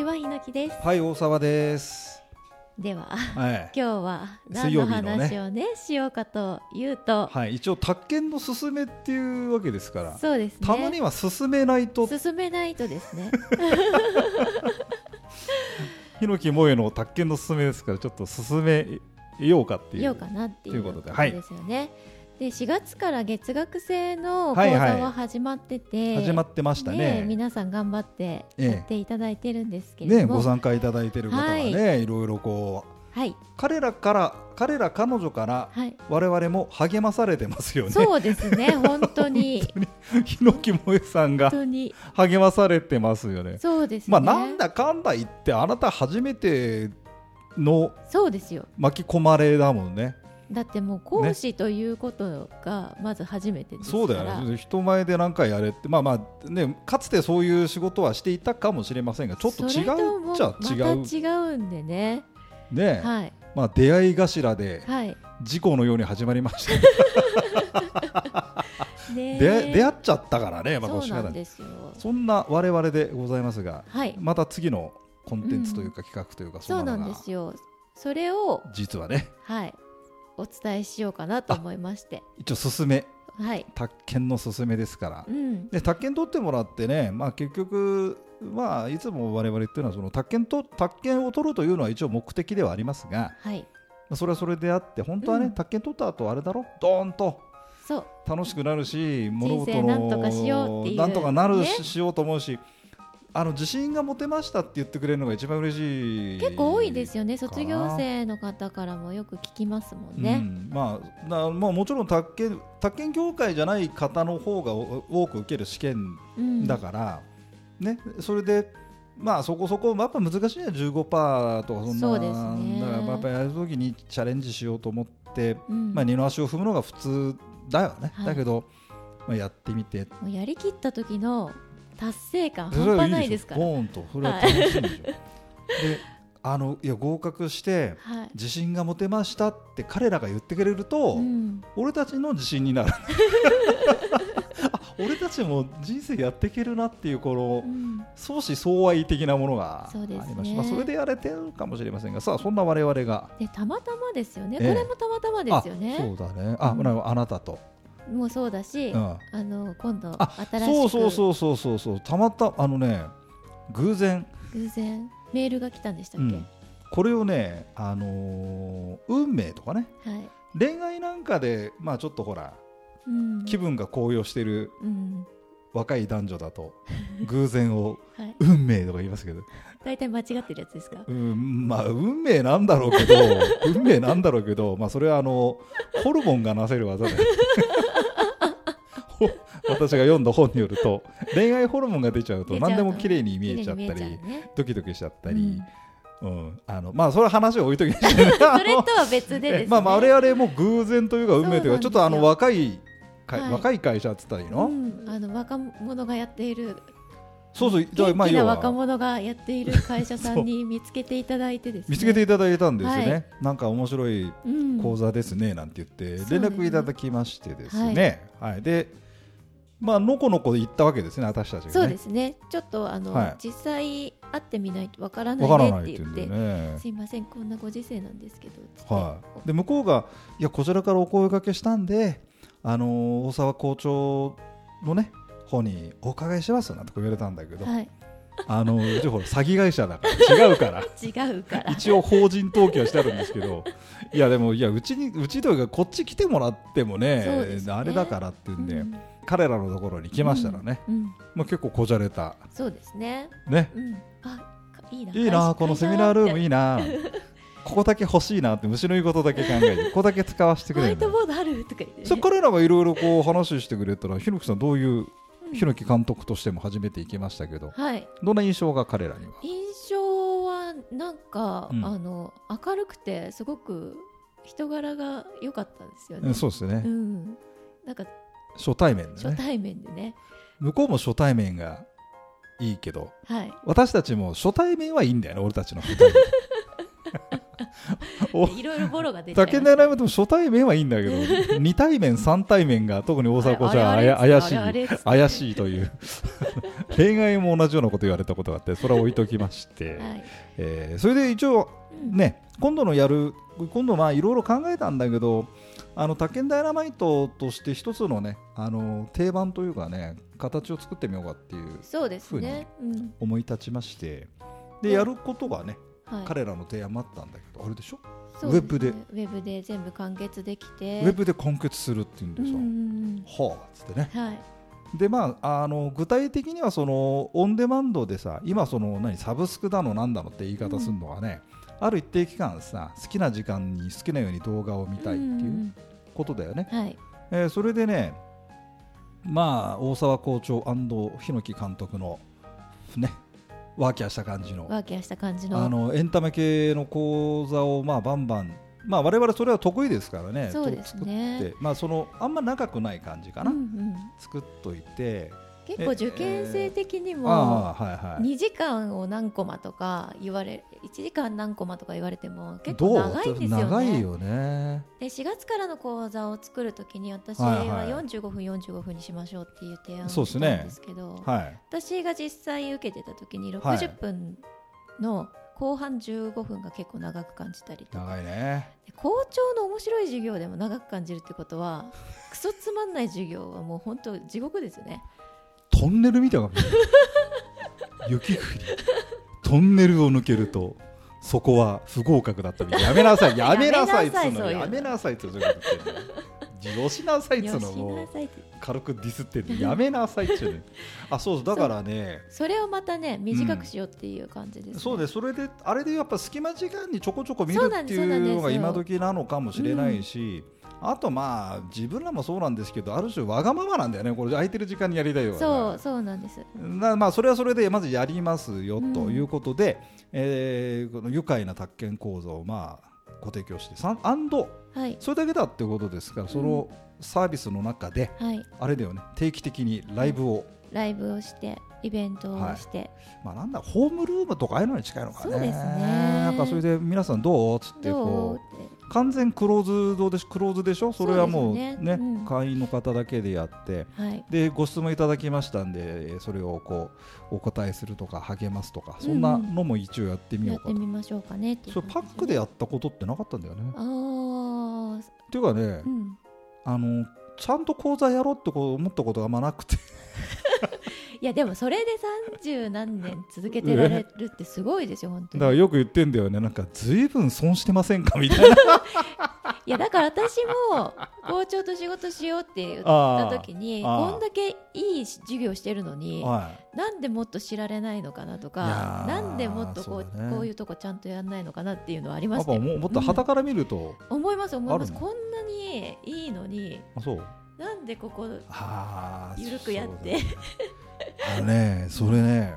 ちは、ひのきです。 はい、大沢です。 では、 はい、 今日は何の話をしようかというと、 はい、一応宅建のすすめっていうわけですから。 そうですね、 たまには進めないとですねひのきもえの宅建のすすめですから、ちょっと進めようかっていうことですよね。はい、で4月から月額制の講座は始まってて、 始まってましたね。 皆さん頑張ってやっていただいてるんですけれども、 ご参加いただいている方はね、いろいろこう、彼ら彼女から我々も励まされてますよね。 そうですね、本当にひのきもえさんが励まされてますよね。 そうですね。 なんだかんだ言ってあなた初めての巻き込まれだもんね。 だってもう講師ということがまず初めてですから、 そうだよね。人前で何回やれって、かつてそういう仕事はしていたかもしれませんが、ちょっと違うっちゃ違う。 また違うんでね。 はい、出会い頭で事故のように始まりましたね。出会っちゃったからね。 そうなんですよ。 そんな我々でございますが、また次のコンテンツというか企画というか、 そうなんですよ。それを実はね、 お伝えしようかなと思いまして、 一応進め、宅建の進めですから、で宅建取ってもらってね、結局いつも我々言ってるのは、その宅建を取るというのは一応目的ではありますが、それはそれであって、本当はね、宅建取った後あれだろ、ドーンと楽しくなるし、物事のなんとかしようっていう、 なんとかなるしようと思うし、自信が持てましたって言ってくれるのが一番嬉しい。 結構多いですよね。卒業生の方からもよく聞きますもんね。 もちろん宅建業界じゃない方の方が多く受ける試験だから、それでそこそこやっぱ難しいね。 15% とかそんな。 そうですね。 だからやっぱりやる時にチャレンジしようと思って、二の足を踏むのが普通だよね。だけど、やってみて、 もうやりきった時の達成感半端ないですから。 ボーンと、それは楽しいでしょ。で、合格して自信が持てましたって彼らが言ってくれると、俺たちの自信になる俺たちも人生やっていけるなっていう、この相思相愛的なものがありまして、それでやれてるかもしれませんが、そんな我々がたまたまですよね。これもたまたまですよね。 そうだね。あなたともうそうだし、今度新しくそうたまた偶然メールが来たんでしたっけ。 これをね、運命とかね、恋愛なんかでちょっとほら、気分が高揚してる若い男女だと偶然を運命とか言いますけど、 大体間違ってるやつですか。 運命なんだろうけどそれはホルモンがなせる技で私が読んだ本によると、恋愛ホルモンが出ちゃうと何でも綺麗に見えちゃったり、ドキドキしちゃったり、それは話を置いときましてそれとは別でですね。 我々も偶然というか運命というか、ちょっと若い会社って言ったらいいの、 若者がやっている、 元気な若者がやっている会社さんに見つけていただいてですね、 見つけていただいたんですよね。なんか面白い講座ですねなんて言って連絡いただきましてですね。でのこのこ言ったわけですね、私たちがね。そうですね。 ちょっと実際会ってみないとわからないねって言って、すいませんこんなご時世なんですけど、 で向こうが、いやこちらからお声掛けしたんで、大沢校長のね方にお伺いしますなんて言われたんだけど、うちほら詐欺会社だから違うから一応法人登記はしてあるんですけど、でもうちというかこっち来てもらってもね、あれだからっていうんで、彼らのところに来ましたらね、結構こじゃれた、 そうですね。 いいなこのセミナールームいいなここだけ欲しいなって虫の言うことだけ考えて、ここだけ使わせてくれる。 ホワイトボードあるとか言ってね。 彼らがいろいろこう話してくれたら、ひのきさんどういう、ひのき監督としても初めて行きましたけど、どんな印象が彼らには。 印象はなんか、明るくてすごく人柄が良かったですよね。 そうですね。 なんか初対面でね。 向こうも初対面がいいけど、私たちも初対面はいいんだよね、俺たちの2人いろいろボロが出ちゃいました。 竹田ライブでも初対面はいいんだけど2対面3対面が特に大阪校長は怪しいという恋愛も同じようなこと言われたことがあって、それは置いときまして、はい、それで一応ね、今度まあいろいろ考えたんだけど、宅建ダイナマイトとして一つのね、定番というかね、形を作ってみようかっていうふうに思い立ちまして、でやることがね、はい、彼らの提案もあったんだけど、あれでしょ、ウェブで全部完結できて、 ウェブで完結するっていうんですよ。はあっつってね、はい、でまあ、具体的にはそのオンデマンドでさ、今そのサブスクだのなんだのって言い方するのはね、ある一定期間さ、好きな時間に好きなように動画を見たいっていうことだよね、はい、それでね、まあ大沢校長&檜監督のね、ワーキャーした感じのエンタメ系の講座をまあバンバン、まあ我々それは得意ですからね、 そうですね、 作って、まあそのあんま長くない感じかな、作っといて、 結構受験生的にも2時間を何コマとか言われ、1時間何コマとか言われても結構長いんですよね。 長いよね。 で4月からの講座を作るときに私は45分45分にしましょうっていう提案をしたんですけど、はい、私が実際受けてたときに60分の後半15分が結構長く感じたりとか、 長いね。 校長の面白い授業でも長く感じるってことは、クソつまんない授業はもう本当地獄ですよね。 トンネルみたいな雪降りトンネルを抜けるとそこは不合格だったみたいな。やめなさいやめなさいっつうの、やめなさいっつうの、よしなさいっつうのも軽くディスってる、やめなさいっつうのあ、そうだからね、 それをまたね短くしようっていう感じですね、 そうで、それであれでやっぱ隙間時間にちょこちょこ見るっていうのが今時なのかもしれないし、あとまあ自分らもそうなんですけど、ある種わがままなんだよね。これ空いてる時間にやりたいよ。 そうなんです。 まあそれはそれでまずやりますよということで、この愉快な宅建講座をまあご提供してはい、それだけだってことですから、そのサービスの中で、あれだよね、定期的にライブをしてイベントをして、はい、 まあ、なんだホームルームとかああいうのに近いのかね。 そうですね。 なんかそれで皆さんどうっつってこう完全クローズでしょ。それはもうね、会員の方だけでやって、はい、でご質問いただきましたんで、それをこうお答えするとか励ますとか、そんなのも一応やってみようかと、 やってみましょうかねっていう、 それパックでやったことってなかったんだよね。っていうかね、ちゃんと講座やろうって思ったことがあんまなくていやでもそれで30何年続けてられるってすごいですよ本当に。 だからよく言ってんだよね、なんかずいぶん損してませんかみたいないやだから私も校長と仕事しようって言った時に、こんだけいい授業してるのに、なんでもっと知られないのかなとか、なんでもっとこういうとこちゃんとやんないのかなっていうのはありましたよ。 もっと傍から見ると、 思います。こんなにいいのに、なんでここゆるくやってそれね、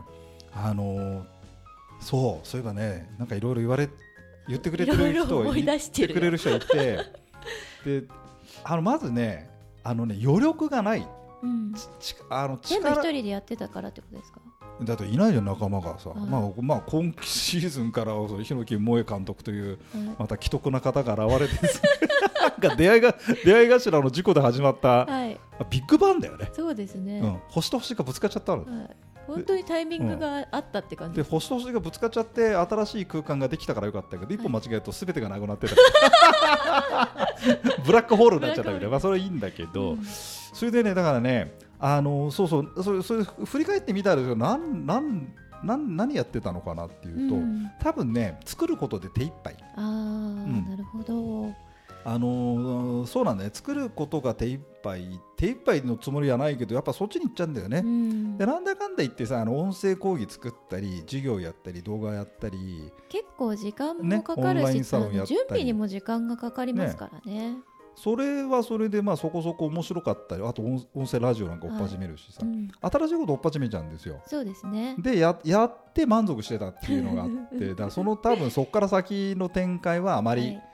そういえばね、なんかいろいろ言ってくれてる人言ってくれる人がいてで、まずね、余力がない、 全部一人でやってたからってことですか。 だといないじゃん仲間がさ、まあ今シーズンから檜萌監督というまた奇特な方が現れてなんか出会い頭の事故で始まった、ビッグバンだよね。 そうですね、 星と星がぶつかっちゃったの、 本当にタイミングがあったって感じで、星と星がぶつかっちゃって新しい空間ができたからよかったけど、一歩間違えると全てがなくなってたブラックホールになっちゃったみたいな、まあそれはいいんだけど、それでね、だからね、それ振り返ってみたら何やってたのかなっていうと、多分ね、作ることで手一杯。 なるほど。 そうなんだね、作ることが手一杯のつもりはないけど、やっぱそっちに行っちゃうんだよね。でなんだかんだ言ってさ、音声講義作ったり授業やったり動画やったり結構時間もかかるし、準備にも時間がかかりますからね。 それはそれでまあそこそこ面白かったり、あと音声ラジオなんか追っ始めるしさ、新しいこと追っ始めちゃうんですよ。 そうですね。 で やって満足してたっていうのがあってだから多分そこから先の展開はあまり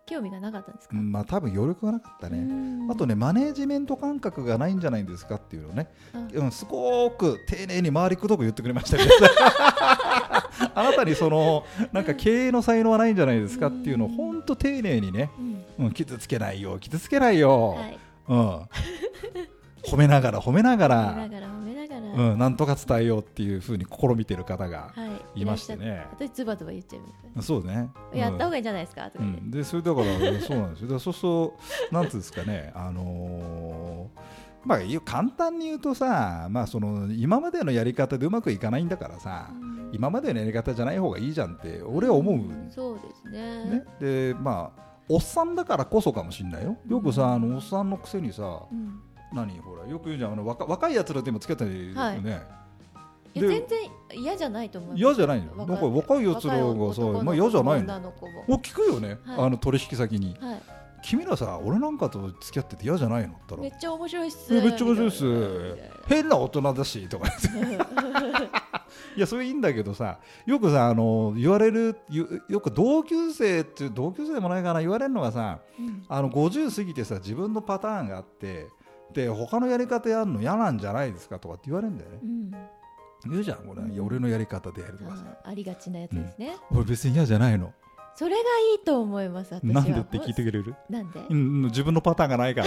興味がなかったんですか？ まあ多分余力がなかったね。あとね、マネージメント感覚がないんじゃないんですかっていうのをね、すごく丁寧に回りくどく言ってくれましたけどあなたにそのなんか経営の才能はないんじゃないですかっていうのを本当丁寧にね、傷つけないよ、傷つけないよ、はい、褒めながらなんとか伝えようっていう風に試みてる方がいましてね、 私ズバズバ言っちゃいます。 そうね、 やった方がいいんじゃないですかとかね、 でそれだからそうなんですよ。そうするとなんていうんですかね、まあ簡単に言うとさ、まあその今までのやり方でうまくいかないんだからさ、今までのやり方じゃない方がいいじゃんって俺は思う。 そうですね。 でまあおっさんだからこそかもしれないよ。よくさおっさんのくせにさ。何ほらよく言うじゃん、若いやつらでもつけたりよね、はい、 いや全然嫌じゃないと思う。 嫌じゃないの。なんか若いやつらがさ、まあ嫌じゃないの。もう聞くよね、はい、取引先に、はい、君らさ俺なんかと付き合ってて嫌じゃないのって言ったら、 めっちゃ面白いっす、 めっちゃ面白いっす、変な大人だしとかいやそれいいんだけどさ、よくさ言われるよく同級生でもないかな、言われるのがさ、50過ぎてさ自分のパターンがあってで他のやり方やるの嫌なんじゃないですかとかって言われるんだよね、言うじゃん俺のやり方でやるとかさ、 ありがちなやつですね、 俺別に嫌じゃないの。 それがいいと思います。私はなんでって聞いてくれる？ なんで？ 自分のパターンがないから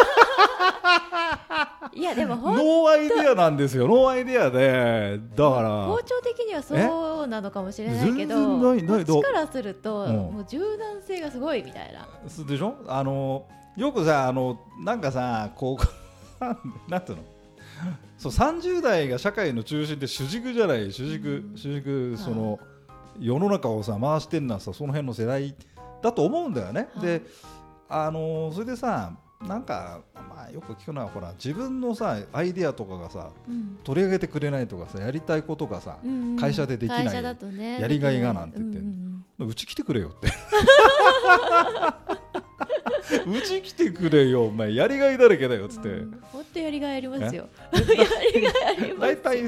いやでもノーアイデアなんですよ。ノーアイデアでだから校長的にはそうなのかもしれないけど、こっちからすると、もう柔軟性がすごいみたいな。 でしょ。よくさなんかさこうなんていうの、そう30代が社会の中心で主軸じゃない、主軸その世の中をさ回してんのはさその辺の世代だと思うんだよね、でそれでさなんか、まあ、よく聞くのはほら自分のさアイデアとかがさ、取り上げてくれないとかさやりたいことがさ、会社でできない、やりがいがなんて言って、うち来てくれよってうち来てくれよお前やりがいだらけだよっつって、 本当やりがいありますよやりがいあります。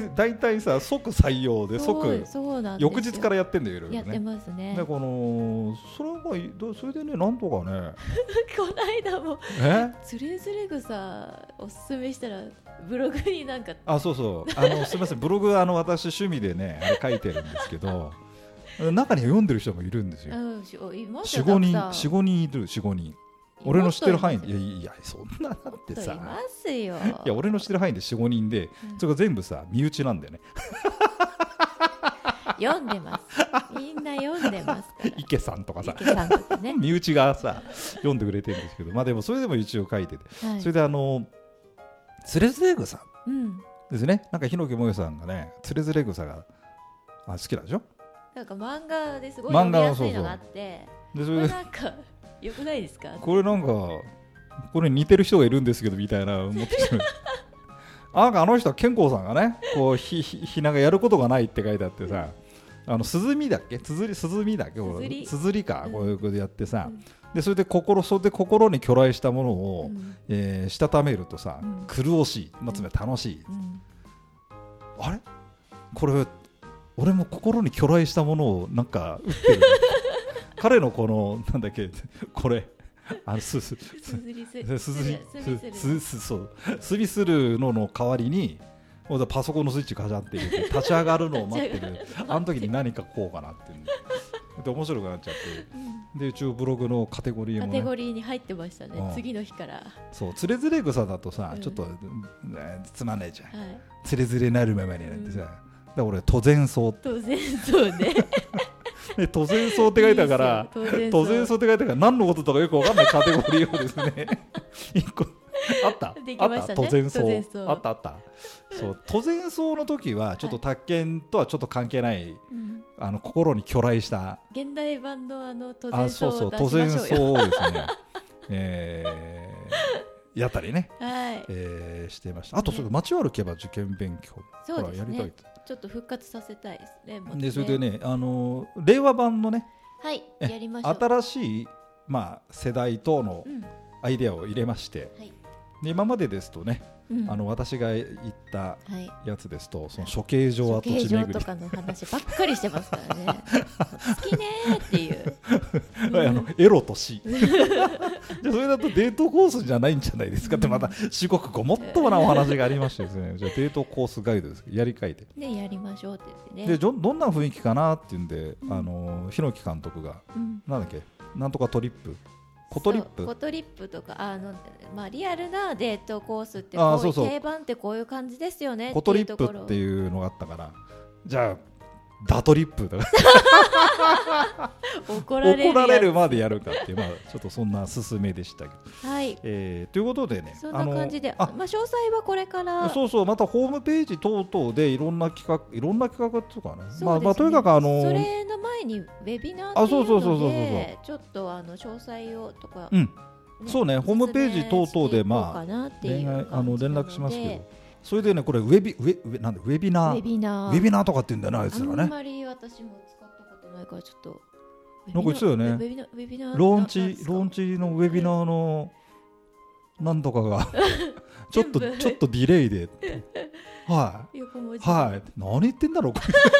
大体さ即採用で即翌日からやってんだよ、いろいろね。 やってますね。 でそれでねなんとかねこの間もつれづれ草おすすめしたらブログになんかそうすみませんブログ私趣味でね書いてるんですけど中には読んでる人もいるんですよ。4、5人いる。4、5人俺の知ってる範囲で、いやそんなだってさ、いますよ。 いや俺の知ってる範囲で4、5人で、それが全部さ身内なんだよね読んでます。みんな読んでますから。 池さんとかさ、 ね、 身内がさ読んでくれてるんですけど、まあでもそれでも一応書いてて、それでつれづれ草ですね。なんか檜萌さんがねつれづれ草が好きなんでしょ。 なんか漫画ですごい読みやすいのがあって、でそれでなんかよくないですか？ これなんかこれ似てる人がいるんですけどみたいな思ってるなんか人は健康さんがねこうひながやることがないって書いてあってさ、涼みだっけつづみだっけつづりか、こういうことやってさ、でそれで心に巨来したものを、したためるとさ、苦しい、つまり楽しい、あれこれ俺も心に巨来したものをなんか打ってる彼のこのなんだっけこれすびするのの代わりにパソコンのスイッチガチャって入れて立ち上がるのを待ってるあの時に何かこうかなってで面白くなっちゃって、で一応ブログのカテゴリーも、ね、 カテゴリーに入ってましたね、次の日から。 そうつれづれ草だとさ、ちょっと、つまんないじゃん、つれづれなるままになってさ、だから俺都然草ね都然草って書いたから都然草って書いたから何のこととかよく分かんないカテゴリーをですね1個あった都然草あったそう都然草の時はちょっと宅建とはちょっと関係ない、心に巨来した現代版の都然草を出しましょうよ。 都然草をですねやったりね、していました。あとそれ街を歩けば受験勉強そうですね、 やりたいちょっと復活させたいですね。 でそれでね令和版のね、 やりましょう。 新しい、世代等のアイデアを入れまして、 で今までですとね、私が言ったやつですと、その処刑場跡地巡りとかの話ばっかりしてますからね好きねっていうエロと死じゃそれだとデートコースじゃないんじゃないですかってまた至極ごもっともなお話がありましてですねじゃあデートコースガイドですやり替えてねやりましょうって言ってねでどんな雰囲気かなっていうんで檜木監督がなんだっけなんとかトリップコトリップとかリアルなデートコースってこういう定番ってこういう感じですよねっていうところコトリップっていうのがあったからじゃあダトリップとか怒られるまでやるかっていう、ちょっとそんな勧めでしたけど、 はいということでねそんな感じで詳細はこれからそうまたホームページ等々でいろんな企画とかねとにかくそれの前にウェビナーっていうのでちょっと詳細をとか、 そうねホームページ等々で連絡しますけどそれでねこれウェビナーとかって言うんだよなあいつらねあんまり私も使ったことないからちょっとなんか言ってたよねローンチのウェビナーのなんとかがちょっとディレイではい何言ってんだろう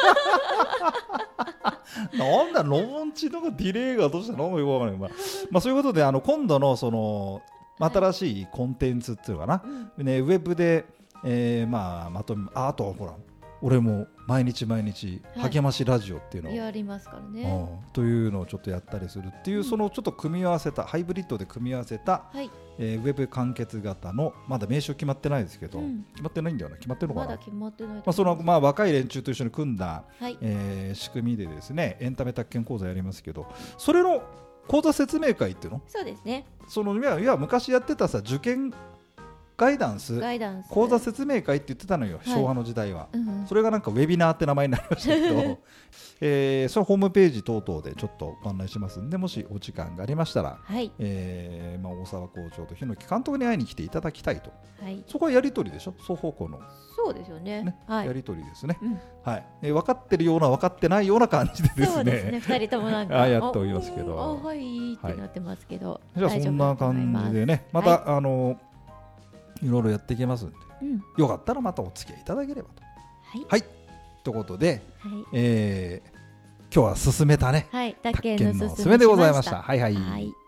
なんだローンチのディレイがどうしたのよくわからないそういうことで今度のその新しいコンテンツっていうのかな、ウェブでまとめあとほら俺も毎日励ましラジオっていうのをやりますからね、 というのをちょっとやったりするっていう、そのちょっと組み合わせたハイブリッドで組み合わせた、ウェブ完結型のまだ名称決まってないですけど、決まってないんだよね決まってるのかなまだ決まってないその若い連中と一緒に組んだ、仕組みでですねエンタメ宅建講座やりますけどそれの講座説明会っていうのそうですねいや昔やってたさ受験ガイダンス講座説明会って言ってたのよ、昭和の時代は、それがなんかウェビナーって名前になりましたけど、それホームページ等々でちょっとご案内しますんでもしお時間がありましたら、大沢校長と檜木監督に会いに来ていただきたいと、そこはやり取りでしょ双方向のそうですよねやり取りですね、分かってるような分かってないような感じでですねそうですね2人ともなんかやっておりますけどはいってなってますけど、 じゃあそんな感じでねまたいろいろやっていきますんで、よかったらまたお付き合いいただければと。ということで、今日は進めたね、 宅建のおすすめでございました。